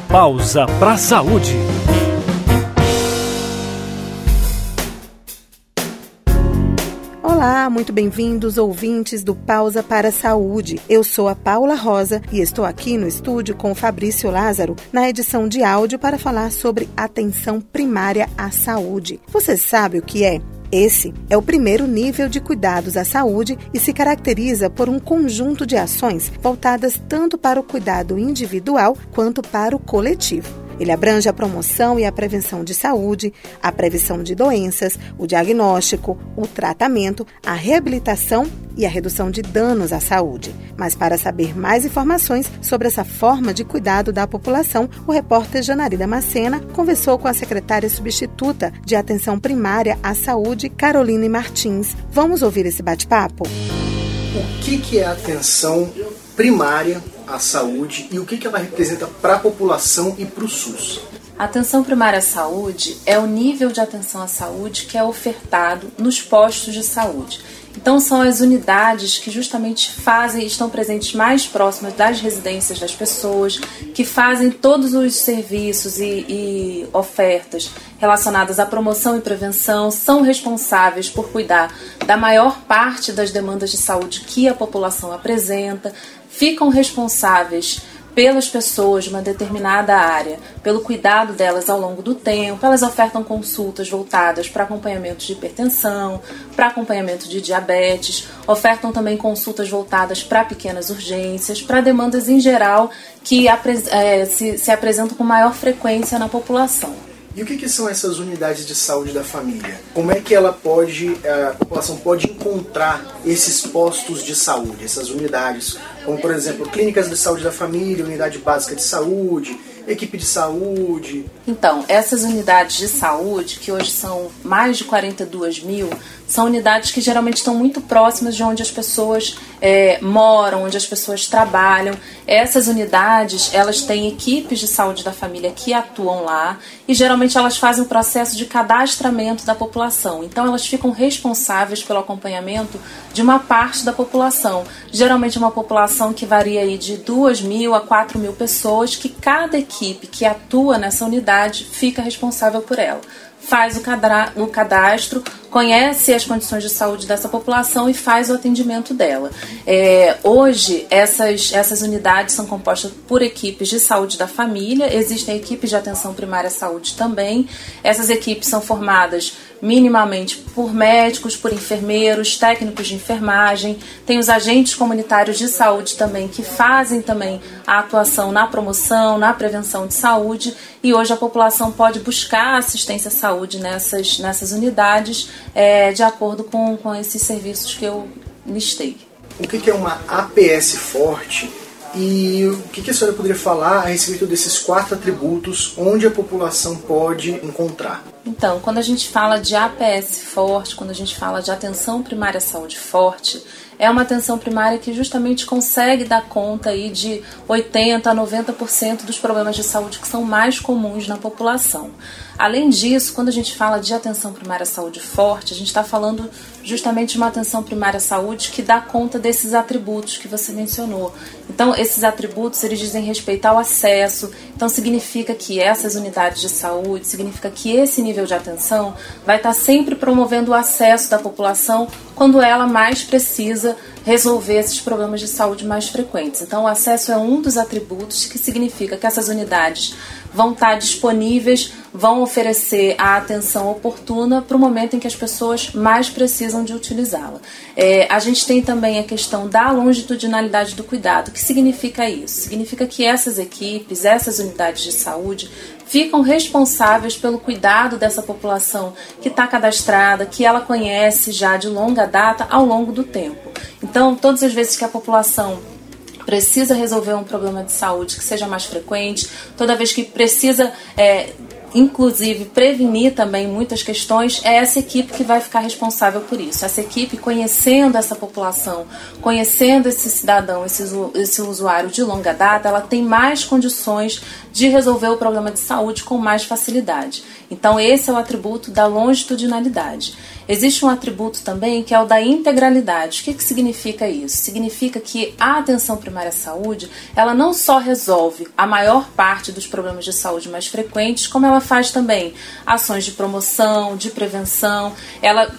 Pausa para a Saúde. Olá, muito bem-vindos, ouvintes do Pausa para a Saúde. Eu sou a Paula Rosa e estou aqui no estúdio com o Fabrício Lázaro na edição de áudio para falar sobre atenção primária à saúde. Você sabe o que é? Esse é o primeiro nível de cuidados à saúde e se caracteriza por um conjunto de ações voltadas tanto para o cuidado individual quanto para o coletivo. Ele abrange a promoção e a prevenção de saúde, a prevenção de doenças, o diagnóstico, o tratamento, a reabilitação e a redução de danos à saúde. Mas para saber mais informações sobre essa forma de cuidado da população, o repórter Janari Damascena conversou com a secretária substituta de Atenção Primária à Saúde, Caroline Martins. Vamos ouvir esse bate-papo? O que é a atenção primária à saúde e o que ela representa para a população e para o SUS? A atenção primária à saúde é o nível de atenção à saúde que é ofertado nos postos de saúde. Então são as unidades que justamente estão presentes mais próximas das residências das pessoas, que fazem todos os serviços e ofertas relacionadas à promoção e prevenção, são responsáveis por cuidar da maior parte das demandas de saúde que a população apresenta, ficam responsáveis pelas pessoas de uma determinada área, pelo cuidado delas ao longo do tempo. Elas ofertam consultas voltadas para acompanhamento de hipertensão, para acompanhamento de diabetes, ofertam também consultas voltadas para pequenas urgências, para demandas em geral que se apresentam com maior frequência na população. E o que são essas unidades de saúde da família? Como é que a população pode encontrar esses postos de saúde, essas unidades? Como, por exemplo, clínicas de saúde da família, unidade básica de saúde, equipe de saúde. Então, essas unidades de saúde, que hoje são mais de 42 mil, são unidades que geralmente estão muito próximas de onde as pessoas moram, onde as pessoas trabalham. Essas unidades, elas têm equipes de saúde da família que atuam lá e geralmente elas fazem o processo de cadastramento da população. Então, elas ficam responsáveis pelo acompanhamento de uma parte da população. Geralmente uma população que varia aí de 2 mil a 4 mil pessoas, que cada equipe que atua nessa unidade fica responsável por ela. Faz o cadastro, conhece as condições de saúde dessa população e faz o atendimento dela. Hoje, essas unidades são compostas por equipes de saúde da família, existem equipes de atenção primária à saúde também. Essas equipes são formadas minimamente por médicos, por enfermeiros, técnicos de enfermagem, tem os agentes comunitários de saúde também, que fazem também a atuação na promoção, na prevenção de saúde, e hoje a população pode buscar assistência à saúde nessas unidades, de acordo com esses serviços que eu listei. O que é uma APS forte? E o que a senhora poderia falar a respeito desses 4 atributos onde a população pode encontrar? Então, quando a gente fala de APS forte, quando a gente fala de atenção primária à saúde forte, é uma atenção primária que justamente consegue dar conta aí de 80% a 90% dos problemas de saúde que são mais comuns na população. Além disso, quando a gente fala de atenção primária à saúde forte, a gente está falando justamente de uma atenção primária à saúde que dá conta desses atributos que você mencionou. Então, esses atributos, eles dizem respeito ao acesso, então significa que essas unidades de saúde, significa que esse nível de atenção vai estar sempre promovendo o acesso da população quando ela mais precisa resolver esses problemas de saúde mais frequentes. Então, o acesso é um dos atributos, que significa que essas unidades vão estar disponíveis, vão oferecer a atenção oportuna para o momento em que as pessoas mais precisam de utilizá-la. A gente tem também a questão da longitudinalidade do cuidado. O que significa isso? Significa que essas equipes, essas unidades de saúde, ficam responsáveis pelo cuidado dessa população que está cadastrada, que ela conhece já de longa data ao longo do tempo. Então, todas as vezes que a população precisa resolver um problema de saúde que seja mais frequente, toda vez que precisa inclusive prevenir também muitas questões, é essa equipe que vai ficar responsável por isso. Essa equipe, conhecendo essa população, conhecendo esse cidadão, esse usuário de longa data, ela tem mais condições de resolver o problema de saúde com mais facilidade. Então esse é o atributo da longitudinalidade. Existe um atributo também que é o da integralidade. O que significa isso? Significa que a atenção primária à saúde, ela não só resolve a maior parte dos problemas de saúde mais frequentes, como ela faz também ações de promoção, de prevenção, ela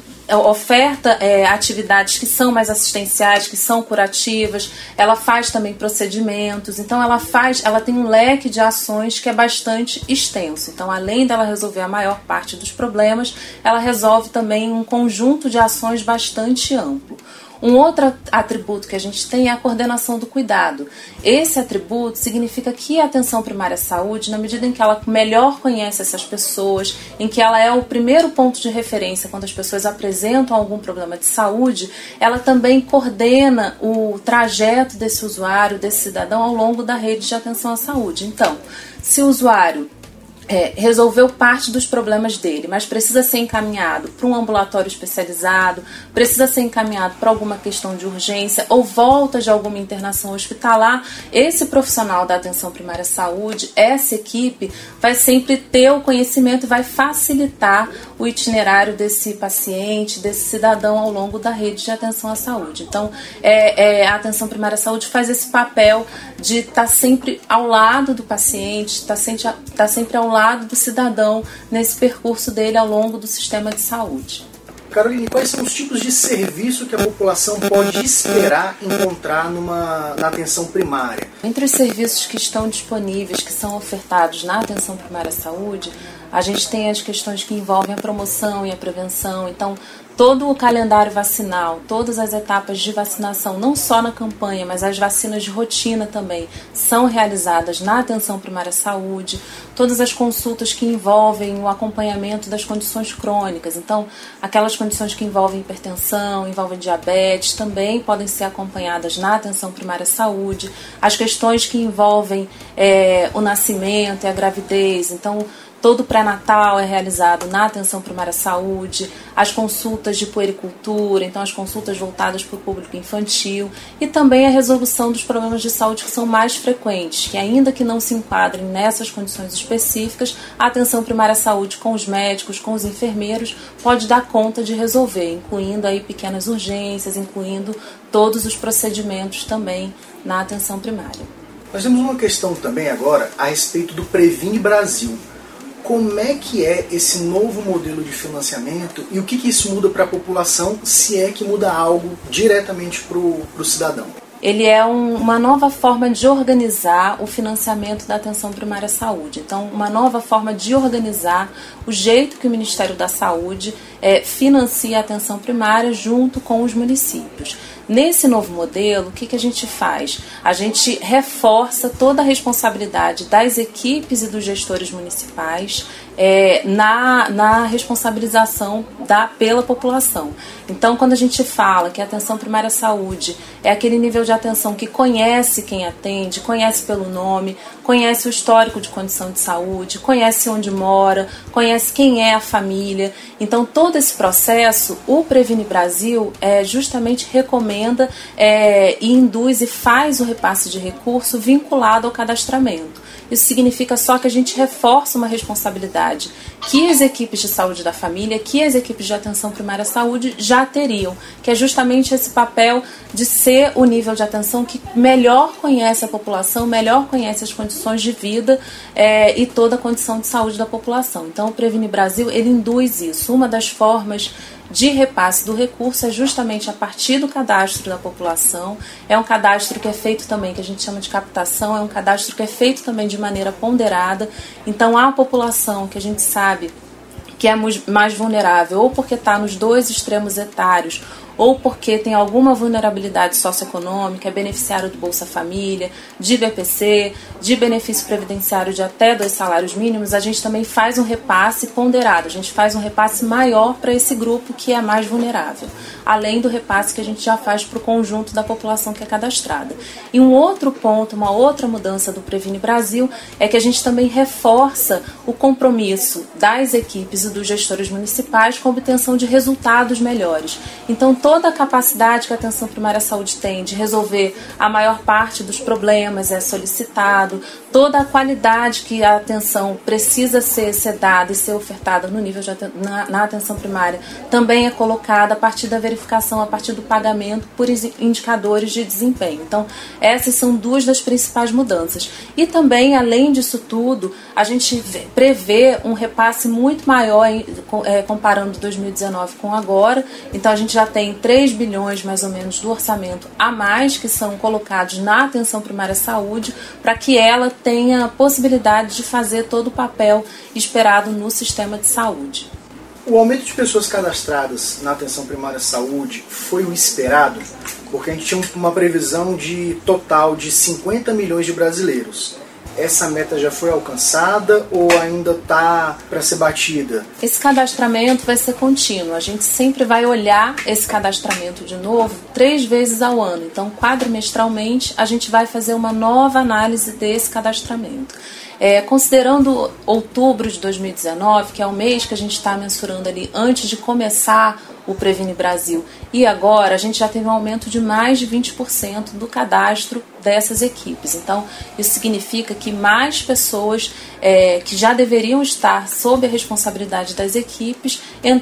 oferta atividades que são mais assistenciais, que são curativas, ela faz também procedimentos, então ela tem um leque de ações que é bastante extenso. Então, além dela resolver a maior parte dos problemas, ela resolve também um conjunto de ações bastante amplo. Um outro atributo que a gente tem é a coordenação do cuidado. Esse atributo significa que a atenção primária à saúde, na medida em que ela melhor conhece essas pessoas, em que ela é o primeiro ponto de referência quando as pessoas apresentam algum problema de saúde, ela também coordena o trajeto desse usuário, desse cidadão, ao longo da rede de atenção à saúde. Então, se o usuário resolveu parte dos problemas dele, mas precisa ser encaminhado para um ambulatório especializado, precisa ser encaminhado para alguma questão de urgência ou volta de alguma internação hospitalar, esse profissional da atenção primária à saúde, essa equipe, vai sempre ter o conhecimento e vai facilitar o itinerário desse paciente, desse cidadão ao longo da rede de atenção à saúde. Então, a atenção primária à saúde faz esse papel de estar sempre ao lado do paciente, estar sempre ao lado do cidadão nesse percurso dele ao longo do sistema de saúde. Caroline, quais são os tipos de serviço que a população pode esperar encontrar na atenção primária? Entre os serviços que estão disponíveis, que são ofertados na atenção primária à saúde, a gente tem as questões que envolvem a promoção e a prevenção. Então, todo o calendário vacinal, todas as etapas de vacinação, não só na campanha, mas as vacinas de rotina também, são realizadas na atenção primária à saúde. Todas as consultas que envolvem o acompanhamento das condições crônicas. Então, aquelas condições que envolvem hipertensão, envolvem diabetes, também podem ser acompanhadas na atenção primária à saúde. As questões que envolvem o nascimento e a gravidez. Então, todo o pré-natal é realizado na atenção primária à saúde, as consultas de puericultura, então as consultas voltadas para o público infantil e também a resolução dos problemas de saúde que são mais frequentes, que ainda que não se enquadrem nessas condições específicas, a atenção primária à saúde com os médicos, com os enfermeiros, pode dar conta de resolver, incluindo aí pequenas urgências, incluindo todos os procedimentos também na atenção primária. Nós temos uma questão também agora a respeito do Previne Brasil. Como é que é esse novo modelo de financiamento e o que isso muda para a população, se é que muda algo diretamente para o cidadão? Ele é uma nova forma de organizar o financiamento da atenção primária à saúde. Então, uma nova forma de organizar o jeito que o Ministério da Saúde financia a atenção primária junto com os municípios. Nesse novo modelo, o que a gente faz? A gente reforça toda a responsabilidade das equipes e dos gestores municipais na responsabilização pela população. Então, quando a gente fala que a atenção primária à saúde é aquele nível de atenção que conhece quem atende, conhece pelo nome, conhece o histórico de condição de saúde, conhece onde mora, conhece quem é a família. Então, todo esse processo, o Previne Brasil justamente recomenda e induz e faz o repasse de recurso vinculado ao cadastramento. Isso significa só que a gente reforça uma responsabilidade que as equipes de saúde da família, que as equipes de atenção primária à saúde já teriam, que é justamente esse papel de ser o nível de atenção que melhor conhece a população, melhor conhece as condições de vida e toda a condição de saúde da população. Então, o Previne Brasil, ele induz isso. Uma das formas de repasse do recurso é justamente a partir do cadastro da população. É um cadastro que é feito também, que a gente chama de captação, é um cadastro que é feito também de maneira ponderada. Então, a população que a gente sabe que é mais vulnerável, ou porque está nos dois extremos etários, ou porque tem alguma vulnerabilidade socioeconômica, é beneficiário do Bolsa Família, de BPC, de benefício previdenciário de até 2 salários mínimos, a gente também faz um repasse ponderado, a gente faz um repasse maior para esse grupo que é mais vulnerável, além do repasse que a gente já faz para o conjunto da população que é cadastrada. E um outro ponto, uma outra mudança do Previne Brasil é que a gente também reforça o compromisso das equipes e dos gestores municipais com a obtenção de resultados melhores. Então, toda a capacidade que a atenção primária à saúde tem de resolver a maior parte dos problemas é solicitado, toda a qualidade que a atenção precisa ser dada e ser ofertada no nível na atenção primária também é colocada a partir da verificação, a partir do pagamento por indicadores de desempenho. Então, essas são 2 das principais mudanças. E também, além disso tudo, a gente prevê um repasse muito maior comparando 2019 com agora. Então, a gente já tem 3 bilhões mais ou menos do orçamento a mais que são colocados na atenção primária à saúde para que ela tenha a possibilidade de fazer todo o papel esperado no sistema de saúde. O aumento de pessoas cadastradas na atenção primária à saúde foi o esperado? Porque a gente tinha uma previsão de total de 50 milhões de brasileiros. Essa meta já foi alcançada ou ainda está para ser batida? Esse cadastramento vai ser contínuo. A gente sempre vai olhar esse cadastramento de novo 3 vezes ao ano. Então, quadrimestralmente, a gente vai fazer uma nova análise desse cadastramento. Considerando outubro de 2019, que é o mês que a gente está mensurando ali antes de começar o Previne Brasil, e agora a gente já teve um aumento de mais de 20% do cadastro dessas equipes. Então, isso significa que mais pessoas que já deveriam estar sob a responsabilidade das equipes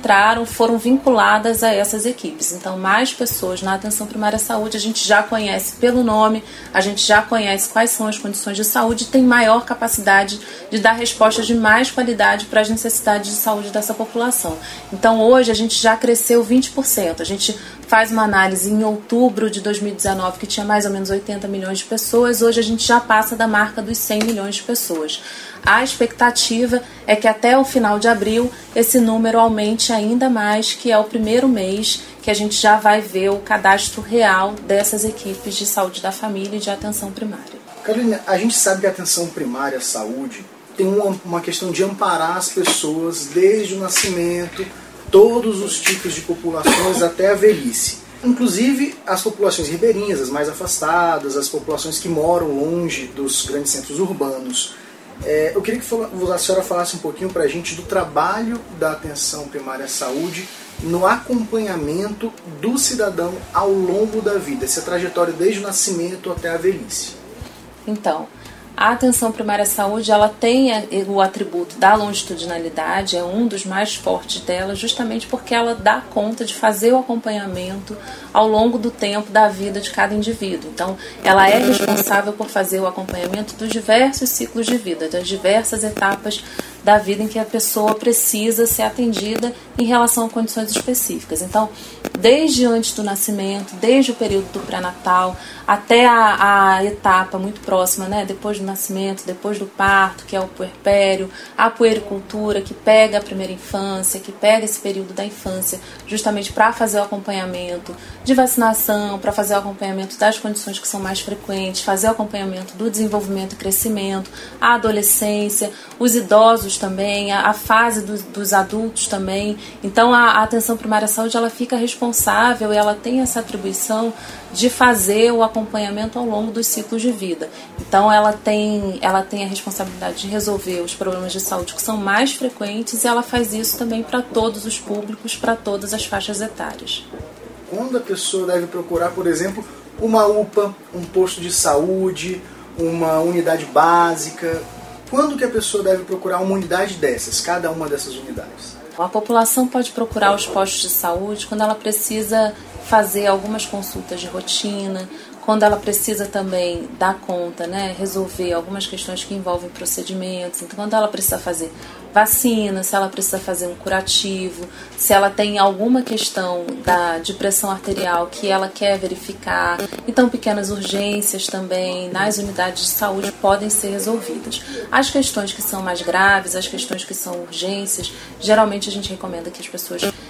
foram vinculadas a essas equipes. Então, mais pessoas na atenção primária à saúde, a gente já conhece pelo nome, a gente já conhece quais são as condições de saúde e tem maior capacidade de dar respostas de mais qualidade para as necessidades de saúde dessa população. Então, hoje a gente já cresceu 20%. A gente faz uma análise em outubro de 2019 que tinha mais ou menos 80 milhões de pessoas, hoje a gente já passa da marca dos 100 milhões de pessoas. A expectativa é que até o final de abril esse número aumente ainda mais, que é o primeiro mês que a gente já vai ver o cadastro real dessas equipes de saúde da família e de atenção primária. Carolina, a gente sabe que a atenção primária à saúde tem uma questão de amparar as pessoas desde o nascimento, todos os tipos de populações até a velhice. Inclusive as populações ribeirinhas, as mais afastadas, as populações que moram longe dos grandes centros urbanos. Eu queria que a senhora falasse um pouquinho para a gente do trabalho da atenção primária à saúde no acompanhamento do cidadão ao longo da vida, essa trajetória desde o nascimento até a velhice. Então, a atenção primária à saúde, ela tem o atributo da longitudinalidade, é um dos mais fortes dela, justamente porque ela dá conta de fazer o acompanhamento ao longo do tempo da vida de cada indivíduo. Então, ela é responsável por fazer o acompanhamento dos diversos ciclos de vida, das diversas etapas da vida em que a pessoa precisa ser atendida em relação a condições específicas. Então, desde antes do nascimento, desde o período do pré-natal, até a etapa muito próxima, né, depois do nascimento, depois do parto, que é o puerpério, a puericultura, que pega a primeira infância, que pega esse período da infância, justamente para fazer o acompanhamento de vacinação, para fazer o acompanhamento das condições que são mais frequentes, fazer o acompanhamento do desenvolvimento e crescimento, a adolescência, os idosos também, a fase dos adultos também. Então, a atenção primária à saúde, ela fica responsável e ela tem essa atribuição de fazer o acompanhamento ao longo dos ciclos de vida. Então, ela tem a responsabilidade de resolver os problemas de saúde que são mais frequentes e ela faz isso também para todos os públicos, para todas as faixas etárias. Quando a pessoa deve procurar, por exemplo, uma UPA, um posto de saúde, uma unidade básica, quando que a pessoa deve procurar uma unidade dessas, cada uma dessas unidades? A população pode procurar os postos de saúde quando ela precisa fazer algumas consultas de rotina, quando ela precisa também dar conta, né, resolver algumas questões que envolvem procedimentos, então quando ela precisa fazer vacina, se ela precisa fazer um curativo, se ela tem alguma questão de pressão arterial que ela quer verificar, então pequenas urgências também nas unidades de saúde podem ser resolvidas. As questões que são mais graves, as questões que são urgências, geralmente a gente recomenda que as pessoas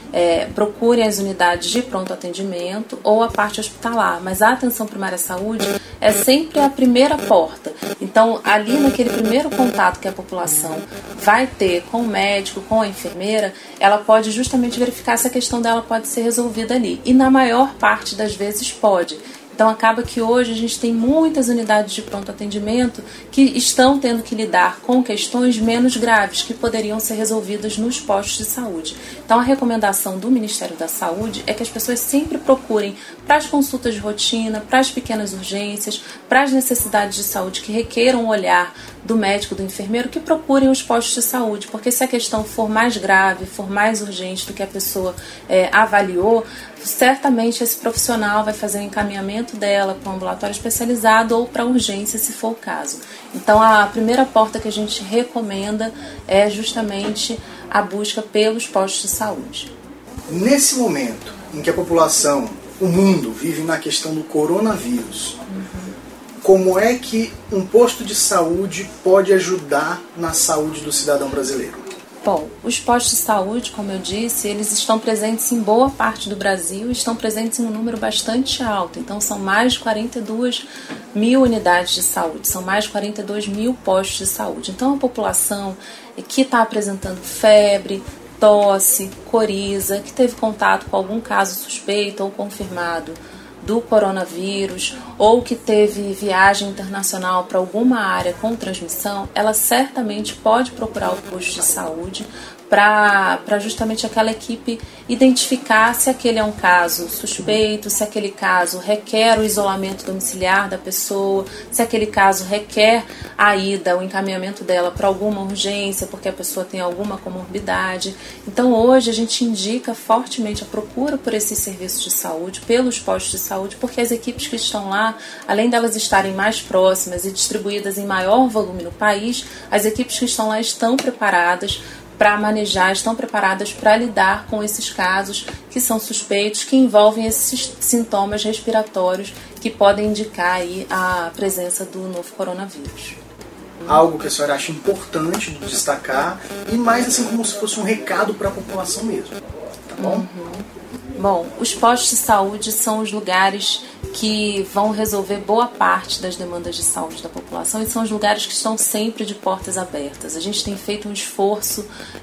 procurem as unidades de pronto atendimento ou a parte hospitalar, mas a atenção primária à saúde é sempre a primeira porta. Então, ali naquele primeiro contato que a população vai ter com o médico, com a enfermeira, ela pode justamente verificar se a questão dela pode ser resolvida ali. E na maior parte das vezes pode. Então acaba que hoje a gente tem muitas unidades de pronto atendimento que estão tendo que lidar com questões menos graves, que poderiam ser resolvidas nos postos de saúde. Então a recomendação do Ministério da Saúde é que as pessoas sempre procurem para as consultas de rotina, para as pequenas urgências, para as necessidades de saúde que requeram o olhar do médico, do enfermeiro, que procurem os postos de saúde, porque se a questão for mais grave, for mais urgente do que a pessoa avaliou, certamente esse profissional vai fazer o encaminhamento dela para um ambulatório especializado ou para urgência, se for o caso. Então, a primeira porta que a gente recomenda é justamente a busca pelos postos de saúde. Nesse momento em que a população, o mundo, vive na questão do coronavírus, como é que um posto de saúde pode ajudar na saúde do cidadão brasileiro? Bom, os postos de saúde, como eu disse, eles estão presentes em boa parte do Brasil e estão presentes em um número bastante alto. Então, são mais de 42 mil unidades de saúde, são mais de 42 mil postos de saúde. Então, a população que está apresentando febre, tosse, coriza, que teve contato com algum caso suspeito ou confirmado do coronavírus ou que teve viagem internacional para alguma área com transmissão, ela certamente pode procurar o posto de saúde para justamente aquela equipe identificar se aquele é um caso suspeito, se aquele caso requer o isolamento domiciliar da pessoa, se aquele caso requer a ida, o encaminhamento dela para alguma urgência, porque a pessoa tem alguma comorbidade. Então hoje a gente indica fortemente a procura por esses serviços de saúde, pelos postos de saúde, porque as equipes que estão lá, além delas estarem mais próximas e distribuídas em maior volume no país, as equipes que estão lá estão preparadas para manejar, estão preparadas para lidar com esses casos que são suspeitos, que envolvem esses sintomas respiratórios que podem indicar aí a presença do novo coronavírus. Algo que a senhora acha importante de destacar e mais assim como se fosse um recado para a população mesmo, tá bom? Bom, os postos de saúde são os lugares que vão resolver boa parte das demandas de saúde da população e são os lugares que estão sempre de portas abertas. A gente tem feito um esforço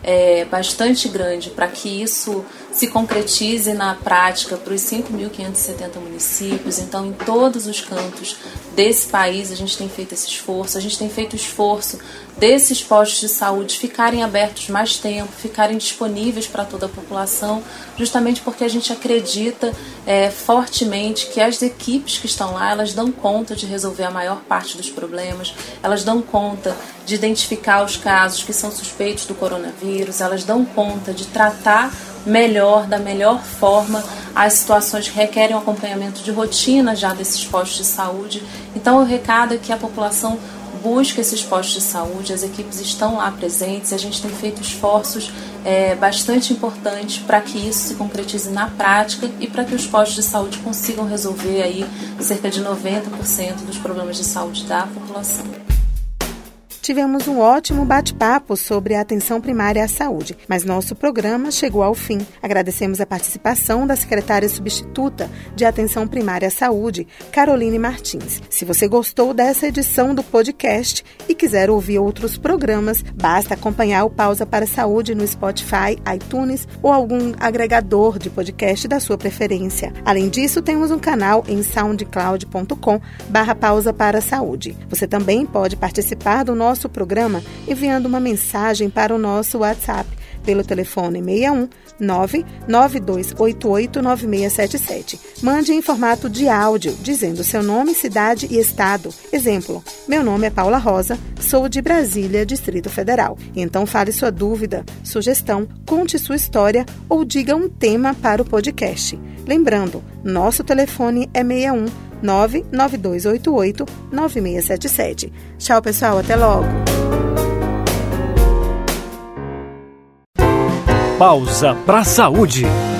bastante grande para que isso se concretize na prática para os 5.570 municípios. Então, em todos os cantos desse país, a gente tem feito esse esforço. A gente tem feito o esforço desses postos de saúde ficarem abertos mais tempo, ficarem disponíveis para toda a população, justamente porque a gente acredita fortemente que as equipes que estão lá, elas dão conta de resolver a maior parte dos problemas, elas dão conta de identificar os casos que são suspeitos do coronavírus, elas dão conta de tratar melhor, da melhor forma, as situações que requerem um acompanhamento de rotina já desses postos de saúde. Então o recado é que a população busca esses postos de saúde, as equipes estão lá presentes e a gente tem feito esforços bastante importantes para que isso se concretize na prática e para que os postos de saúde consigam resolver aí cerca de 90% dos problemas de saúde da população. Tivemos um ótimo bate-papo sobre a atenção primária à saúde, mas nosso programa chegou ao fim. Agradecemos a participação da secretária substituta de Atenção Primária à Saúde, Caroline Martins. Se você gostou dessa edição do podcast e quiser ouvir outros programas, basta acompanhar o Pausa para a Saúde no Spotify, iTunes ou algum agregador de podcast da sua preferência. Além disso, temos um canal em soundcloud.com/pausa para a saúde. Você também pode participar do nosso programa enviando uma mensagem para o nosso WhatsApp pelo telefone 61 992889677. Mande em formato de áudio, dizendo seu nome, cidade e estado. Exemplo, meu nome é Paula Rosa, sou de Brasília, Distrito Federal. Então fale sua dúvida, sugestão, conte sua história ou diga um tema para o podcast. Lembrando, nosso telefone é 61 992889677. Tchau, pessoal. Até logo. Pausa para a Saúde.